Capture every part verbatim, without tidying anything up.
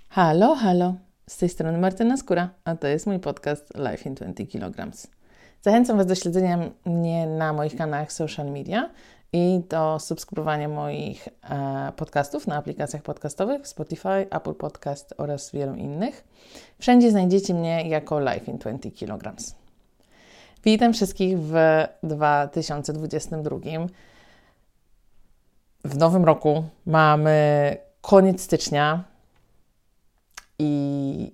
Halo, halo, z tej strony Martyna Skóra, a to jest mój podcast Life in dwadzieścia kilograms. Zachęcam Was do śledzenia mnie na moich kanałach social media i do subskrybowania moich e, podcastów na aplikacjach podcastowych Spotify, Apple Podcast oraz wielu innych. Wszędzie znajdziecie mnie jako Life in dwadzieścia kilograms. Witam wszystkich w dwa tysiące dwudziestym drugim. W nowym roku mamy koniec stycznia. I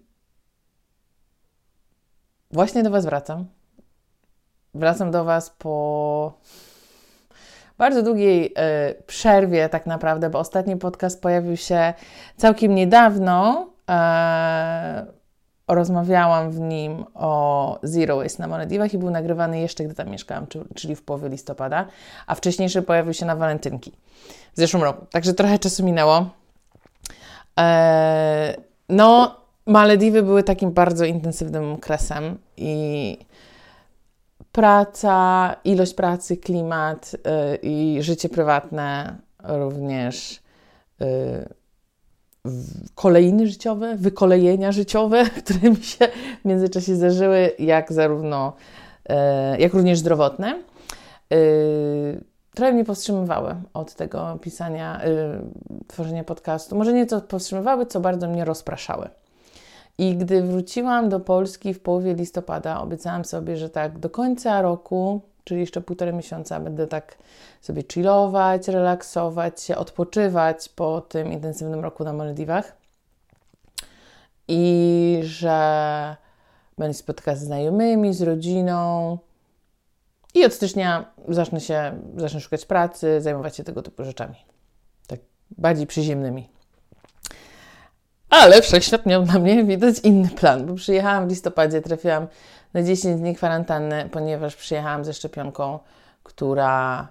właśnie do Was wracam. Wracam do Was po bardzo długiej y, przerwie tak naprawdę, bo ostatni podcast pojawił się całkiem niedawno. E, rozmawiałam w nim o Zero Waste na Malediwach i był nagrywany jeszcze, gdy tam mieszkałam, czyli w połowie listopada, a wcześniejszy pojawił się na walentynki w zeszłym roku. Także trochę czasu minęło. E, No, Malediwy były takim bardzo intensywnym okresem i praca, ilość pracy, klimat yy, i życie prywatne również, yy, kolejny życiowe, wykolejenia życiowe, które mi się w międzyczasie zdarzyły, jak zarówno, yy, jak również zdrowotne. Yy, Trochę mnie powstrzymywały od tego pisania, yy, tworzenia podcastu. Może nie co powstrzymywały, co bardzo mnie rozpraszały. I gdy wróciłam do Polski w połowie listopada, obiecałam sobie, że tak do końca roku, czyli jeszcze półtorej miesiąca, będę tak sobie chillować, relaksować się, odpoczywać po tym intensywnym roku na Malediwach. I że będę się spotykać z znajomymi, z rodziną. I od stycznia zacznę się, zacznę szukać pracy, zajmować się tego typu rzeczami. Tak bardziej przyziemnymi. Ale wszechświat miał na mnie widać inny plan, bo przyjechałam w listopadzie, trafiłam na dziesięć dni kwarantanny, ponieważ przyjechałam ze szczepionką, która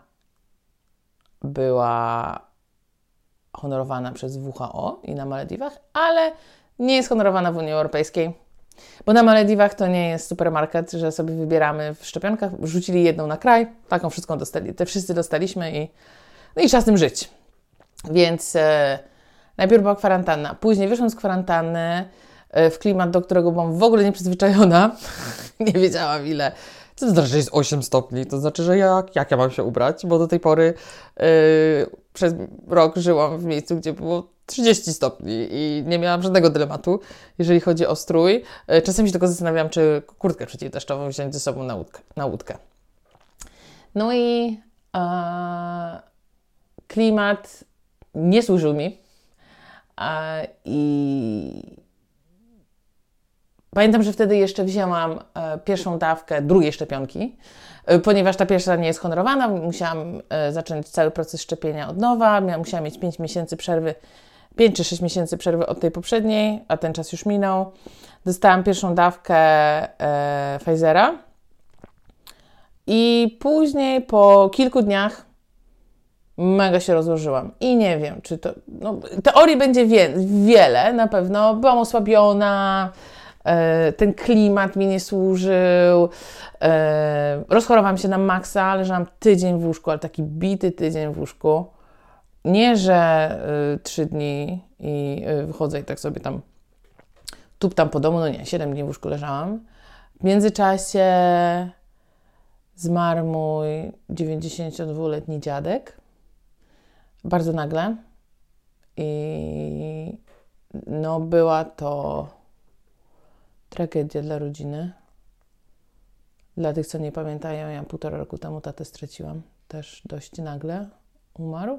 była honorowana przez W H O i na Malediwach, ale nie jest honorowana w Unii Europejskiej. Bo na Malediwach to nie jest supermarket, że sobie wybieramy w szczepionkach. Rzucili jedną na kraj, taką wszystką dostali. Te wszyscy dostaliśmy i, no i trzeba z tym żyć. Więc e, najpierw była kwarantanna. Później wyszłam z kwarantanny e, w klimat, do którego byłam w ogóle nieprzyzwyczajona. Nie wiedziałam ile. Co to znaczy, że jest osiem stopni? To znaczy, że jak, jak ja mam się ubrać? Bo do tej pory e, przez rok żyłam w miejscu, gdzie było trzydzieści stopni i nie miałam żadnego dylematu, jeżeli chodzi o strój. Czasem się tylko zastanawiałam, czy kurtkę przeciwdeszczową wziąć ze sobą na łódkę. Na łódkę. No i e, klimat nie służył mi. E, I pamiętam, że wtedy jeszcze wzięłam e, pierwszą dawkę drugiej szczepionki, e, ponieważ ta pierwsza nie jest honorowana. Musiałam e, zacząć cały proces szczepienia od nowa. Miałam, musiałam mieć pięć miesięcy przerwy, pięć czy sześć miesięcy przerwy od tej poprzedniej, a ten czas już minął. Dostałam pierwszą dawkę e, Pfizera i później po kilku dniach mega się rozłożyłam. I nie wiem, czy to... No, teorii będzie wie, wiele, na pewno. Byłam osłabiona, e, ten klimat mi nie służył. E, rozchorowałam się na maksa, leżałam tydzień w łóżku, ale taki bity tydzień w łóżku. Nie, że y, trzy dni i y, wychodzę i tak sobie tam tup tam po domu, no nie, siedem dni w łóżku leżałam. W międzyczasie zmarł mój dziewięćdziesięciodwuletni dziadek. Bardzo nagle. I no była to tragedia dla rodziny. Dla tych, co nie pamiętają, ja półtora roku temu tatę straciłam. Też dość nagle umarł.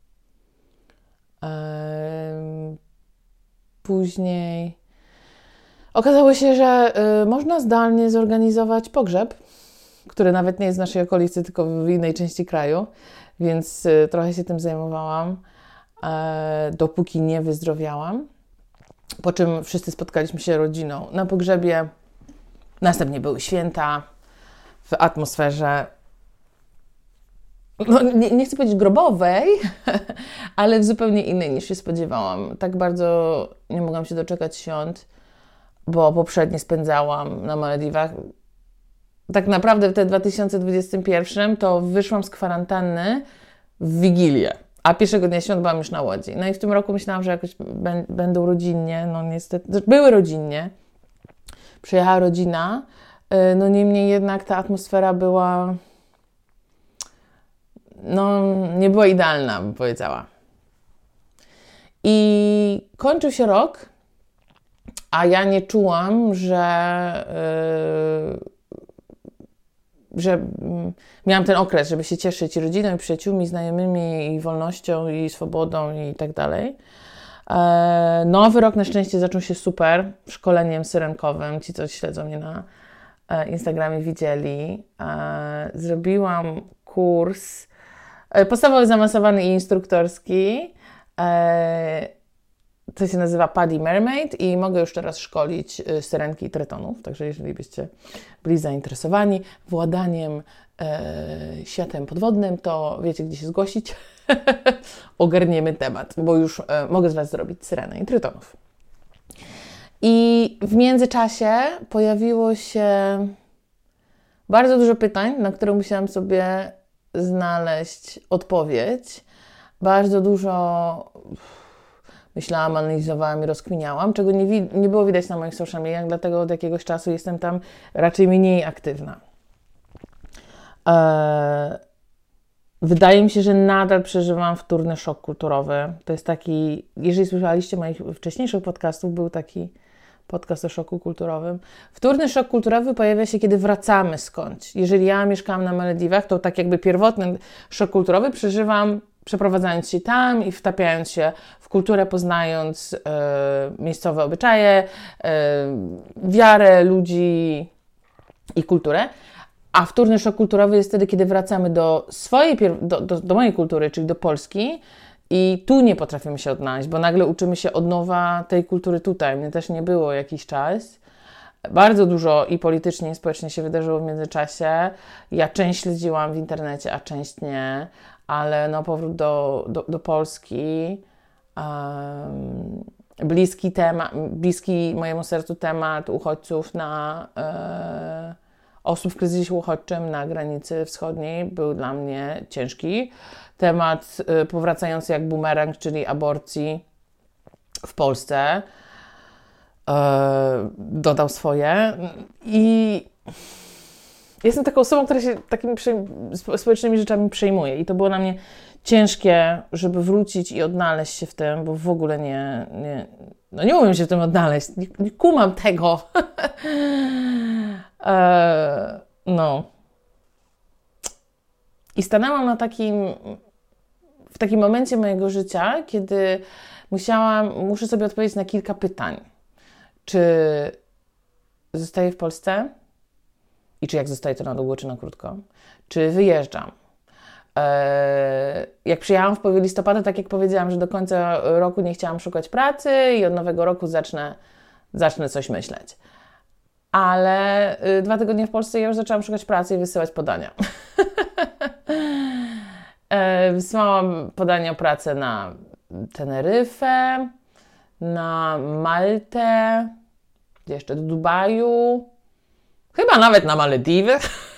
Później okazało się, że y, można zdalnie zorganizować pogrzeb, który nawet nie jest w naszej okolicy, tylko w innej części kraju, więc y, trochę się tym zajmowałam, y, dopóki nie wyzdrowiałam. Po czym wszyscy spotkaliśmy się rodziną na pogrzebie. Następnie były święta w atmosferze, no, nie, nie chcę powiedzieć grobowej, ale w zupełnie innej niż się spodziewałam. Tak bardzo nie mogłam się doczekać świąt, bo poprzednie spędzałam na Malediwach. Tak naprawdę w te dwa tysiące dwudziestym pierwszym to wyszłam z kwarantanny w Wigilię. A pierwszego dnia świąt byłam już na Łodzi. No i w tym roku myślałam, że jakoś b- będą rodzinnie, no niestety, były rodzinnie. Przyjechała rodzina, no niemniej jednak ta atmosfera była, no nie była idealna, bym powiedziała. I kończył się rok, a ja nie czułam, że, yy, że miałam ten okres, żeby się cieszyć i rodziną, i przyjaciółmi, znajomymi, i wolnością, i swobodą, i tak dalej. E, nowy rok na szczęście zaczął się super, szkoleniem syrenkowym. Ci, co śledzą mnie na e, Instagramie, widzieli. E, zrobiłam kurs e, podstawowy, zaawansowany i instruktorski. E, to się nazywa Paddy Mermaid i mogę już teraz szkolić y, syrenki i trytonów. Także jeżeli byście byli zainteresowani władaniem e, światem podwodnym, to wiecie, gdzie się zgłosić. Ogarniemy temat, bo już e, mogę z Was zrobić syrenę i trytonów. I w międzyczasie pojawiło się bardzo dużo pytań, na które musiałam sobie znaleźć odpowiedź. Bardzo dużo myślałam, analizowałam i rozkminiałam, czego nie, wi- nie było widać na moich social mediach, dlatego od jakiegoś czasu jestem tam raczej mniej aktywna. Eee, wydaje mi się, że nadal przeżywam wtórny szok kulturowy. To jest taki, jeżeli słuchaliście moich wcześniejszych podcastów, był taki podcast o szoku kulturowym. Wtórny szok kulturowy pojawia się, kiedy wracamy skądś. Jeżeli ja mieszkałam na Malediwach, to tak jakby pierwotny szok kulturowy przeżywam przeprowadzając się tam i wtapiając się w kulturę, poznając e, miejscowe obyczaje, e, wiarę ludzi i kulturę. A wtórny szok kulturowy jest wtedy, kiedy wracamy do swojej, do, do, do mojej kultury, czyli do Polski i tu nie potrafimy się odnaleźć, bo nagle uczymy się od nowa tej kultury tutaj. Mnie też nie było jakiś czas. Bardzo dużo i politycznie, i społecznie się wydarzyło w międzyczasie. Ja część śledziłam w internecie, a część nie. Ale no, powrót do, do, do Polski, um, bliski temat, bliski mojemu sercu temat uchodźców na e, osób w kryzysie uchodźczym na granicy wschodniej był dla mnie ciężki. Temat e, powracający jak bumerang, czyli aborcji w Polsce, e, dodał swoje i jestem taką osobą, która się takimi przy, społecznymi rzeczami przejmuje i to było na mnie ciężkie, żeby wrócić i odnaleźć się w tym, bo w ogóle nie, nie no nie umiem się w tym odnaleźć, nie, nie kumam tego. e, no. I stanęłam na takim, w takim momencie mojego życia, kiedy musiałam, muszę sobie odpowiedzieć na kilka pytań. Czy zostaję w Polsce? I czy jak zostaję, to na długo, czy na krótko? Czy wyjeżdżam? Eee, jak przyjechałam w połowie listopada, tak jak powiedziałam, że do końca roku nie chciałam szukać pracy i od nowego roku zacznę, zacznę coś myśleć. Ale y, dwa tygodnie w Polsce ja już zaczęłam szukać pracy i wysyłać podania. eee, wysyłałam podania o pracę na Teneryfę, na Maltę, jeszcze do Dubaju, chyba nawet na Malediwy.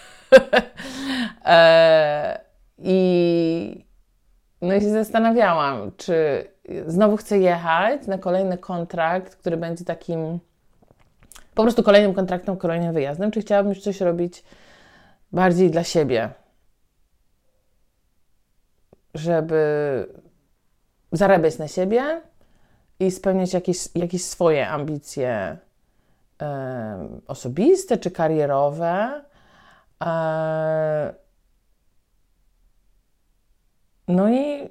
e, I no i się zastanawiałam, czy znowu chcę jechać na kolejny kontrakt, który będzie takim po prostu kolejnym kontraktem, kolejnym wyjazdem, czy chciałabym już coś robić bardziej dla siebie, żeby zarabiać na siebie i spełniać jakieś, jakieś swoje ambicje e, osobiste czy karierowe. E, no i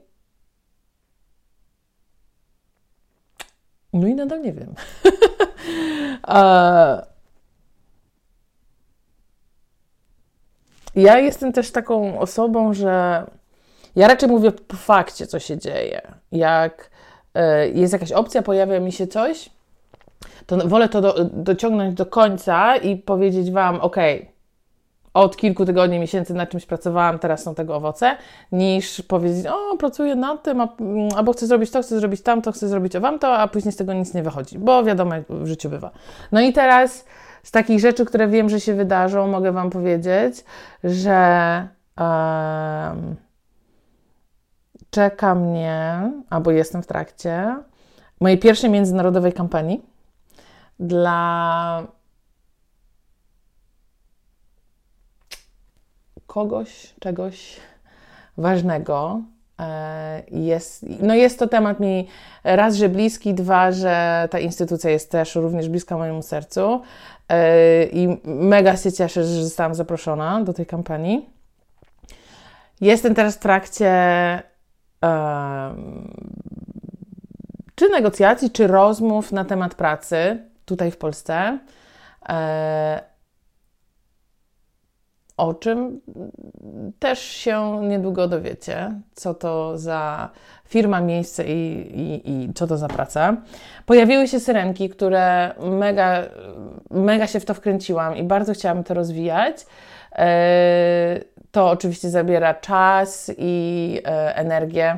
no i nadal nie wiem. e, ja jestem też taką osobą, że ja raczej mówię po fakcie, co się dzieje. Jak e, jest jakaś opcja, pojawia mi się coś, to wolę to do, dociągnąć do końca i powiedzieć Wam, ok, od kilku tygodni, miesięcy nad czymś pracowałam, teraz są tego owoce, niż powiedzieć, o, pracuję nad tym, a, albo chcę zrobić to, chcę zrobić tamto, chcę zrobić o wam to, a później z tego nic nie wychodzi, bo wiadomo, jak w życiu bywa. No i teraz z takich rzeczy, które wiem, że się wydarzą, mogę Wam powiedzieć, że um, czeka mnie, albo jestem w trakcie, mojej pierwszej międzynarodowej kampanii dla kogoś, czegoś ważnego. Jest, no jest to temat mi raz, że bliski, dwa, że ta instytucja jest też również bliska mojemu sercu i mega się cieszę, że zostałam zaproszona do tej kampanii. Jestem teraz w trakcie um, czy negocjacji, czy rozmów na temat pracy tutaj w Polsce. E, o czym też się niedługo dowiecie, co to za firma, miejsce i, i, i co to za praca. Pojawiły się syrenki, które mega, mega się w to wkręciłam i bardzo chciałam to rozwijać. E, to oczywiście zabiera czas i e, energię.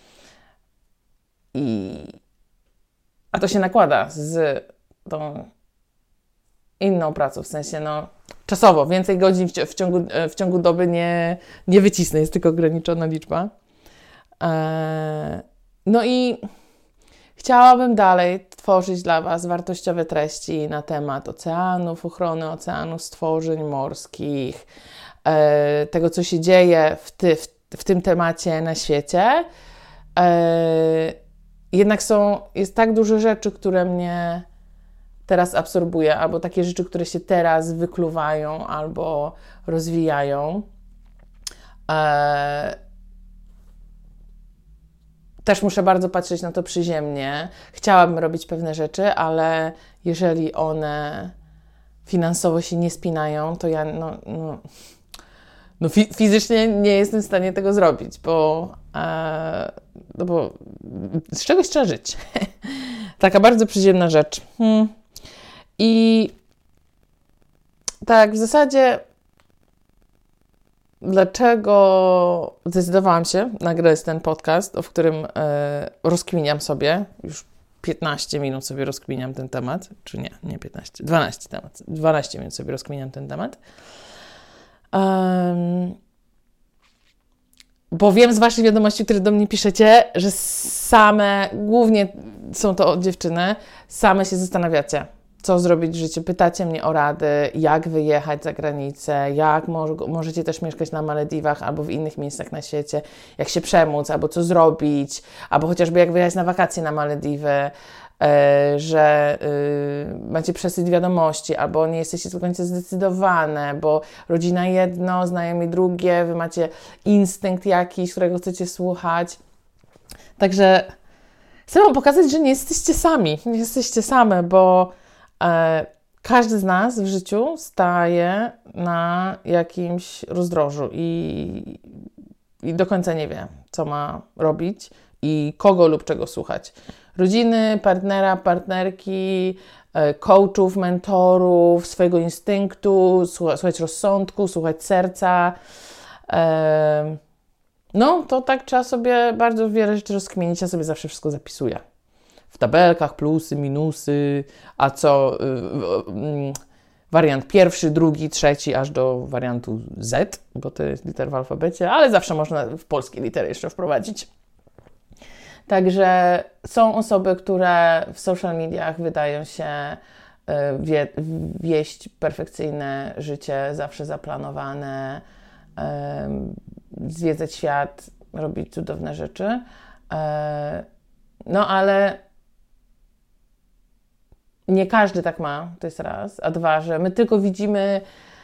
I, a to się nakłada z tą inną pracą, w sensie no czasowo, więcej godzin w, w, ciągu, w ciągu doby nie, nie wycisnę, jest tylko ograniczona liczba. Eee, no i chciałabym dalej tworzyć dla Was wartościowe treści na temat oceanów, ochrony oceanów, stworzeń morskich, e, tego, co się dzieje w, ty, w, w tym temacie na świecie. E, jednak są, jest tak dużo rzeczy, które mnie teraz absorbuje, albo takie rzeczy, które się teraz wykluwają, albo rozwijają. Eee, też muszę bardzo patrzeć na to przyziemnie. Chciałabym robić pewne rzeczy, ale jeżeli one finansowo się nie spinają, to ja no, no, no fi- fizycznie nie jestem w stanie tego zrobić, bo, e, no bo z czegoś trzeba żyć. Taka bardzo przyziemna rzecz. Hmm. I tak w zasadzie dlaczego zdecydowałam się nagrać ten podcast, w którym e, rozkminiam sobie, już piętnaście minut sobie rozkminiam ten temat, czy nie, nie piętnaście, dwanaście temat, dwanaście minut sobie rozkminiam ten temat. Um, bo wiem z Waszych wiadomości, które do mnie piszecie, że same, głównie są to dziewczyny, same się zastanawiacie, co zrobić w życiu. Pytacie mnie o rady, jak wyjechać za granicę, jak mo- możecie też mieszkać na Malediwach albo w innych miejscach na świecie, jak się przemóc, albo co zrobić, albo chociażby jak wyjechać na wakacje na Malediwy, yy, że yy, macie przesyt wiadomości, albo nie jesteście do końca zdecydowane, bo rodzina jedno, znajomi drugie, wy macie instynkt jakiś, którego chcecie słuchać. Także chcę Wam pokazać, że nie jesteście sami, nie jesteście same, bo E, każdy z nas w życiu staje na jakimś rozdrożu i, i do końca nie wie, co ma robić i kogo lub czego słuchać. Rodziny, partnera, partnerki, e, coachów, mentorów, swojego instynktu, słuchać, słuchać rozsądku, słuchać serca. E, no, to tak trzeba sobie bardzo wiele rzeczy rozkminić. Ja sobie zawsze wszystko zapisuję. W tabelkach, plusy, minusy, a co y, y, y, wariant pierwszy, drugi, trzeci, aż do wariantu Z, bo to jest liter w alfabecie, ale zawsze można w polskie litery jeszcze wprowadzić. Także są osoby, które w social mediach wydają się y, wie, wieść perfekcyjne życie, zawsze zaplanowane, y, zwiedzać świat, robić cudowne rzeczy. Y, no ale nie każdy tak ma, to jest raz, a dwa, że my tylko widzimy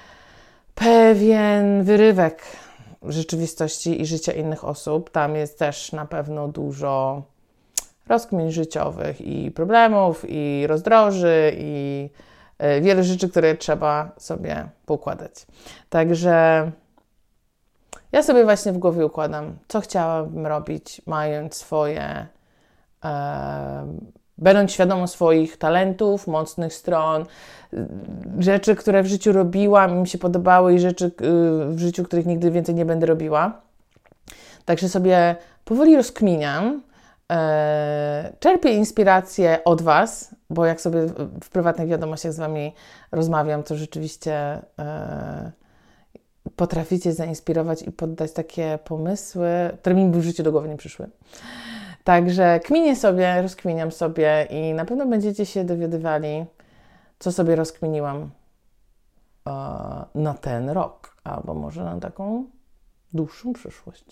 pewien wyrywek rzeczywistości i życia innych osób. Tam jest też na pewno dużo rozkmin życiowych i problemów, i rozdroży, i wiele rzeczy, które trzeba sobie poukładać. Także ja sobie właśnie w głowie układam, co chciałabym robić, mając swoje... E, Będąc świadomą swoich talentów, mocnych stron, rzeczy, które w życiu robiłam, mi się podobały i rzeczy w życiu, których nigdy więcej nie będę robiła. Także sobie powoli rozkminiam, e, czerpię inspirację od Was, bo jak sobie w prywatnych wiadomościach z Wami rozmawiam, to rzeczywiście e, potraficie zainspirować i poddać takie pomysły, które mi w życiu do głowy nie przyszły. Także kminię sobie, rozkminiam sobie i na pewno będziecie się dowiadywali, co sobie rozkminiłam e, na ten rok, albo może na taką dłuższą przyszłość.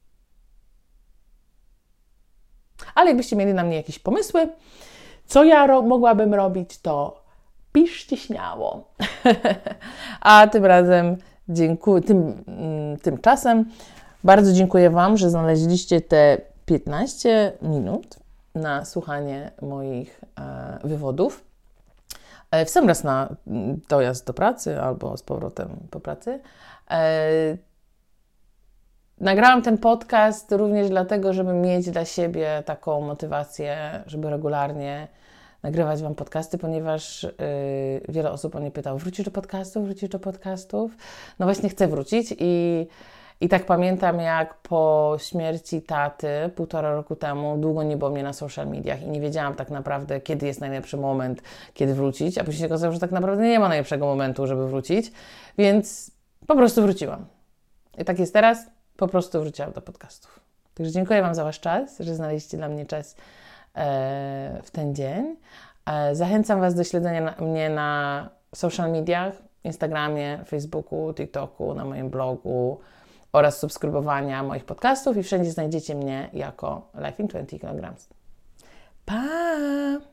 Ale jakbyście mieli na mnie jakieś pomysły, co ja ro- mogłabym robić, to piszcie śmiało. A tym razem dziękuję, tym, tymczasem bardzo dziękuję Wam, że znaleźliście te piętnaście minut na słuchanie moich e, wywodów. E, w sam raz na dojazd do pracy albo z powrotem po pracy. E, Nagrałam ten podcast również dlatego, żeby mieć dla siebie taką motywację, żeby regularnie nagrywać Wam podcasty, ponieważ yy, wiele osób o mnie pytało, wrócisz do podcastów, wrócisz do podcastów? No właśnie chcę wrócić i, i tak pamiętam, jak po śmierci taty półtora roku temu długo nie było mnie na social mediach i nie wiedziałam tak naprawdę, kiedy jest najlepszy moment, kiedy wrócić, a później się okazało, że tak naprawdę nie ma najlepszego momentu, żeby wrócić, więc po prostu wróciłam. I tak jest teraz. Po prostu wróciłam do podcastów. Także dziękuję Wam za Wasz czas, że znaleźliście dla mnie czas e, w ten dzień. E, zachęcam Was do śledzenia na, mnie na social mediach, Instagramie, Facebooku, TikToku, na moim blogu oraz subskrybowania moich podcastów i wszędzie znajdziecie mnie jako Life in dwadzieścia kilogramów. Pa!